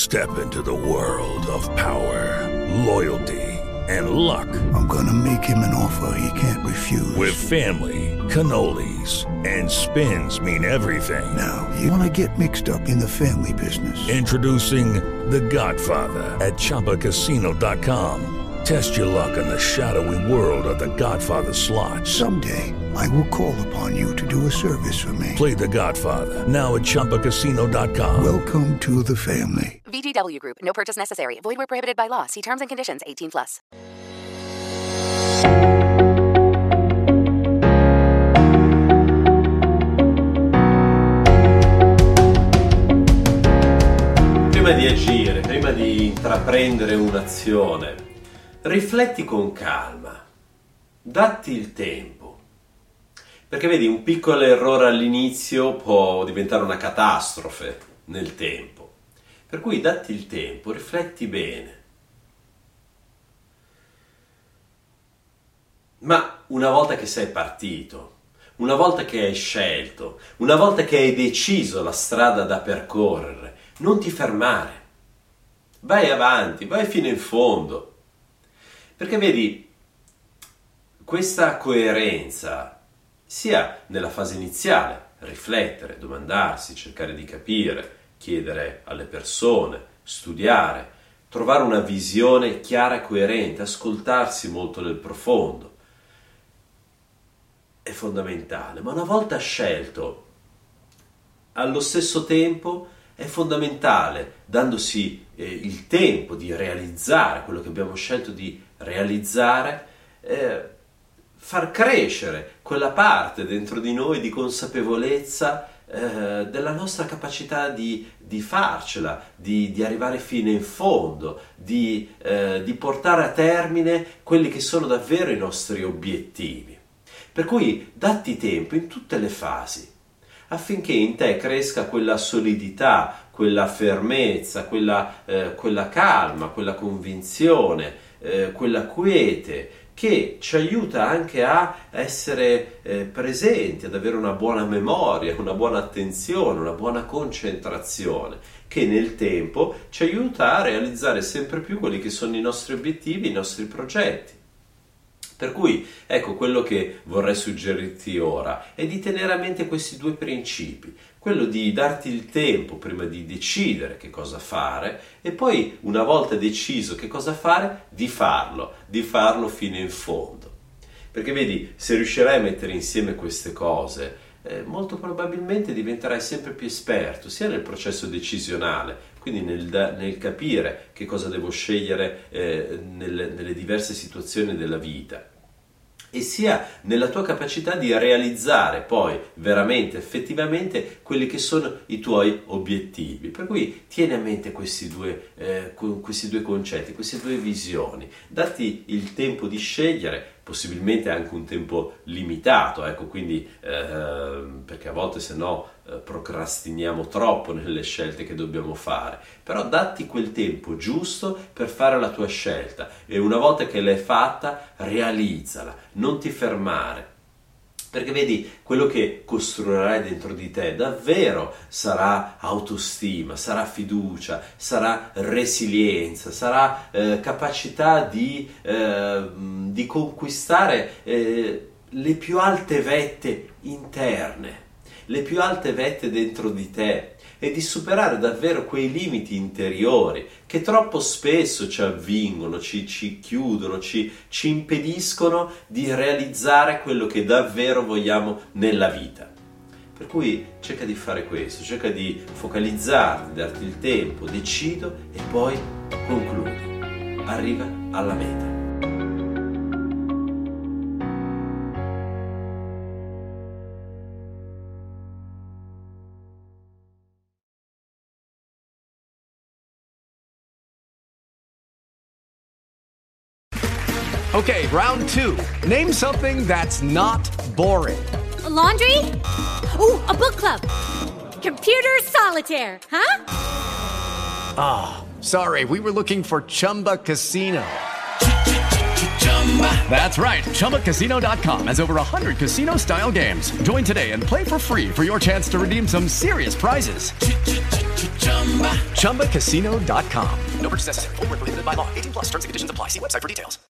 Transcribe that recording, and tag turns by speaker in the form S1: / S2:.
S1: Step into the world of power, loyalty, and luck.
S2: I'm gonna make him an offer he can't refuse.
S1: With family, cannolis, and spins mean everything.
S2: Now, you wanna get mixed up in the family business.
S1: Introducing The Godfather at ChumbaCasino.com. Test your luck in the shadowy world of The Godfather slot.
S2: Someday, I will call upon you to do a service for me.
S1: Play The Godfather, now at ChumbaCasino.com.
S2: Welcome to the family.
S3: VGW Group. No purchase necessary. Void where prohibited by law. See terms and conditions. 18+.
S4: Prima di agire, prima di intraprendere un'azione, rifletti con calma, datti il tempo. Perché vedi, un piccolo errore all'inizio può diventare una catastrofe nel tempo. Per cui datti il tempo, rifletti bene. Ma una volta che sei partito, una volta che hai scelto, una volta che hai deciso la strada da percorrere, non ti fermare. Vai avanti, vai fino in fondo. Perché vedi, questa coerenza, sia nella fase iniziale, riflettere, domandarsi, cercare di capire, chiedere alle persone, studiare, trovare una visione chiara e coerente, ascoltarsi molto nel profondo, è fondamentale. Ma una volta scelto, allo stesso tempo è fondamentale, dandosi il tempo di realizzare quello che abbiamo scelto di realizzare, far crescere quella parte dentro di noi di consapevolezza della nostra capacità di farcela, di arrivare fino in fondo, di portare a termine quelli che sono davvero i nostri obiettivi. Per cui datti tempo in tutte le fasi, affinché in te cresca quella solidità, quella fermezza, quella calma, quella convinzione, quella quiete, che ci aiuta anche a essere presenti, ad avere una buona memoria, una buona attenzione, una buona concentrazione, che nel tempo ci aiuta a realizzare sempre più quelli che sono i nostri obiettivi, i nostri progetti. Per cui, ecco, quello che vorrei suggerirti ora è di tenere a mente questi due principi, quello di darti il tempo prima di decidere che cosa fare e poi, una volta deciso che cosa fare, di farlo fino in fondo. Perché vedi, se riuscirai a mettere insieme queste cose, molto probabilmente diventerai sempre più esperto, sia nel processo decisionale, quindi nel capire che cosa devo scegliere nelle diverse situazioni della vita, e sia nella tua capacità di realizzare poi veramente, effettivamente, quelli che sono i tuoi obiettivi. Per cui tieni a mente questi due concetti, queste due visioni. Datti il tempo di scegliere, possibilmente anche un tempo limitato, ecco, quindi perché a volte se no procrastiniamo troppo nelle scelte che dobbiamo fare, però datti quel tempo giusto per fare la tua scelta e una volta che l'hai fatta, realizzala, non ti fermare. Perché vedi, quello che costruirai dentro di te davvero sarà autostima, sarà fiducia, sarà resilienza, sarà capacità di conquistare le più alte vette interne, le più alte vette dentro di te e di superare davvero quei limiti interiori che troppo spesso ci avvingono, ci chiudono, ci impediscono di realizzare quello che davvero vogliamo nella vita. Per cui cerca di fare questo, cerca di focalizzarti, darti il tempo, decido e poi concludi. Arriva alla meta.
S5: Okay, round two. Name something that's not boring.
S6: A laundry? Ooh, a book club. Computer solitaire, huh?
S5: Ah, sorry, we were looking for Chumba Casino. That's right, ChumbaCasino.com has over 100 casino-style games. Join today and play for free for your chance to redeem some serious prizes. ChumbaCasino.com. No purchase necessary. Void where prohibited by law. 18+ terms and conditions apply. See website for details.